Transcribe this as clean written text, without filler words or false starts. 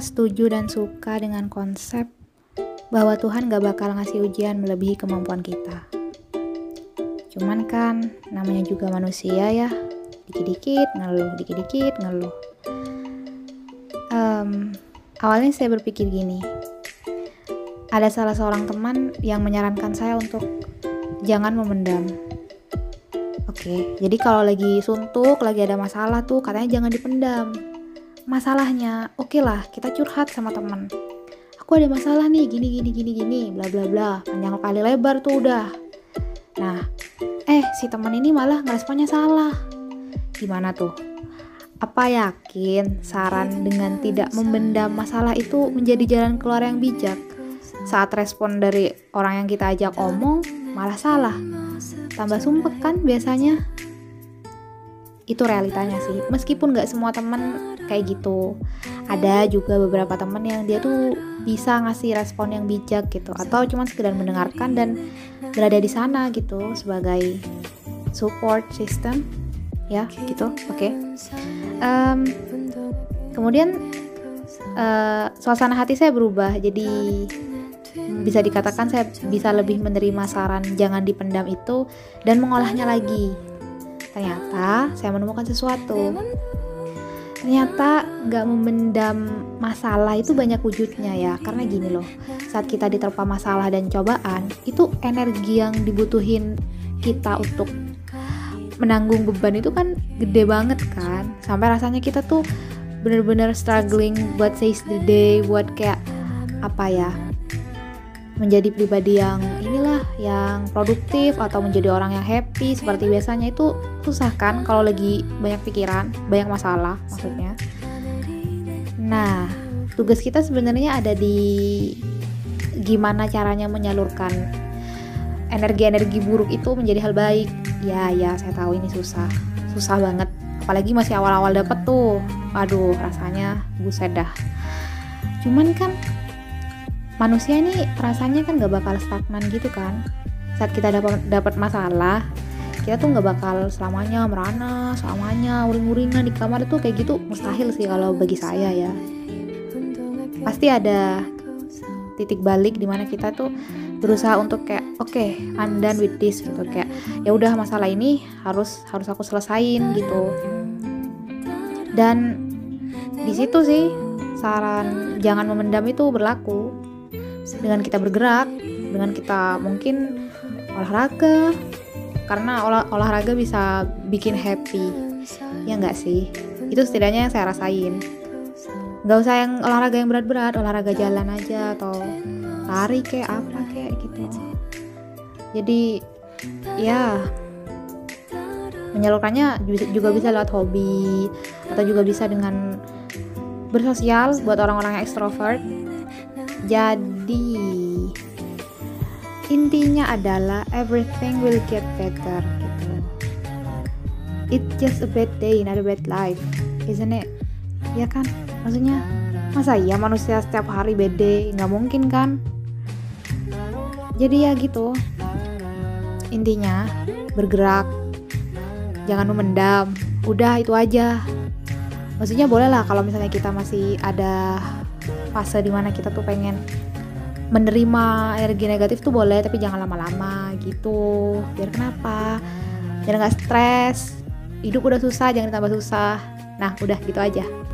setuju dan suka dengan konsep bahwa Tuhan gak bakal ngasih ujian melebihi kemampuan kita. Cuman kan namanya juga manusia ya, dikit-dikit ngeluh, dikit-dikit ngeluh. Awalnya saya berpikir gini, ada salah seorang teman yang menyarankan saya untuk jangan memendam. Oke, jadi kalau lagi suntuk, lagi ada masalah tuh katanya jangan dipendam masalahnya. Oke lah, kita curhat sama teman. Aku ada masalah nih, gini, bla bla bla. Panjang kali lebar tuh udah. Nah, si teman ini malah ngeresponnya salah. Gimana tuh? Apa yakin saran dengan tidak memendam masalah itu menjadi jalan keluar yang bijak? Saat respon dari orang yang kita ajak omong malah salah. Tambah sumpek kan biasanya. Itu realitanya sih. Meskipun gak semua teman kayak gitu. Ada juga beberapa teman yang dia tuh bisa ngasih respon yang bijak gitu, atau cuma sekedar mendengarkan dan berada di sana gitu sebagai support system ya gitu. Oke. Kemudian suasana hati saya berubah, jadi bisa dikatakan saya bisa lebih menerima saran jangan dipendam itu dan mengolahnya lagi. Ternyata saya menemukan sesuatu. Ternyata gak memendam masalah itu banyak wujudnya ya. Karena gini loh, saat kita diterpa masalah dan cobaan, itu energi yang dibutuhin kita untuk menanggung beban itu kan gede banget kan. Sampai rasanya kita tuh bener-bener struggling buat seize the day, buat kayak menjadi pribadi yang yang produktif atau menjadi orang yang happy seperti biasanya. Itu susah kan kalau lagi banyak pikiran, banyak masalah maksudnya. Nah, tugas kita sebenarnya ada di gimana caranya menyalurkan energi-energi buruk itu menjadi hal baik. Ya, saya tahu ini susah banget. Apalagi masih awal-awal dapet tuh. Aduh, rasanya buset dah. Cuman kan manusia ini rasanya kan gak bakal stagnan gitu kan. Saat kita dapat masalah, kita tuh gak bakal selamanya merana, selamanya uring-uringan di kamar tuh kayak gitu. Mustahil sih kalau bagi saya ya. Pasti ada titik balik dimana kita tuh berusaha untuk kayak okay, I'm done with this gitu, kayak ya udah masalah ini harus aku selesain gitu. Dan di situ sih saran jangan memendam itu berlaku. Dengan kita bergerak, dengan kita mungkin olahraga, karena olahraga bisa bikin happy, ya nggak sih? Itu setidaknya yang saya rasain. Nggak usah yang olahraga yang berat-berat, olahraga jalan aja atau lari kayak apa kayak gitu. Jadi ya menyalurkannya juga bisa lewat hobi, atau juga bisa dengan bersosial buat orang-orang yang ekstrovert. Jadi intinya adalah everything will get better gitu. It's just a bad day, not a bad life, isn't it? Ya kan? Maksudnya masa iya manusia setiap hari bad day? Nggak mungkin kan? Jadi ya gitu. Intinya bergerak, jangan memendam. Udah itu aja. Maksudnya boleh lah kalau misalnya kita masih ada fase dimana kita tuh pengen menerima energi negatif tuh boleh, tapi jangan lama-lama gitu. Biar kenapa? Biar nggak stres. Hidup udah susah, jangan ditambah susah. Nah, udah gitu aja.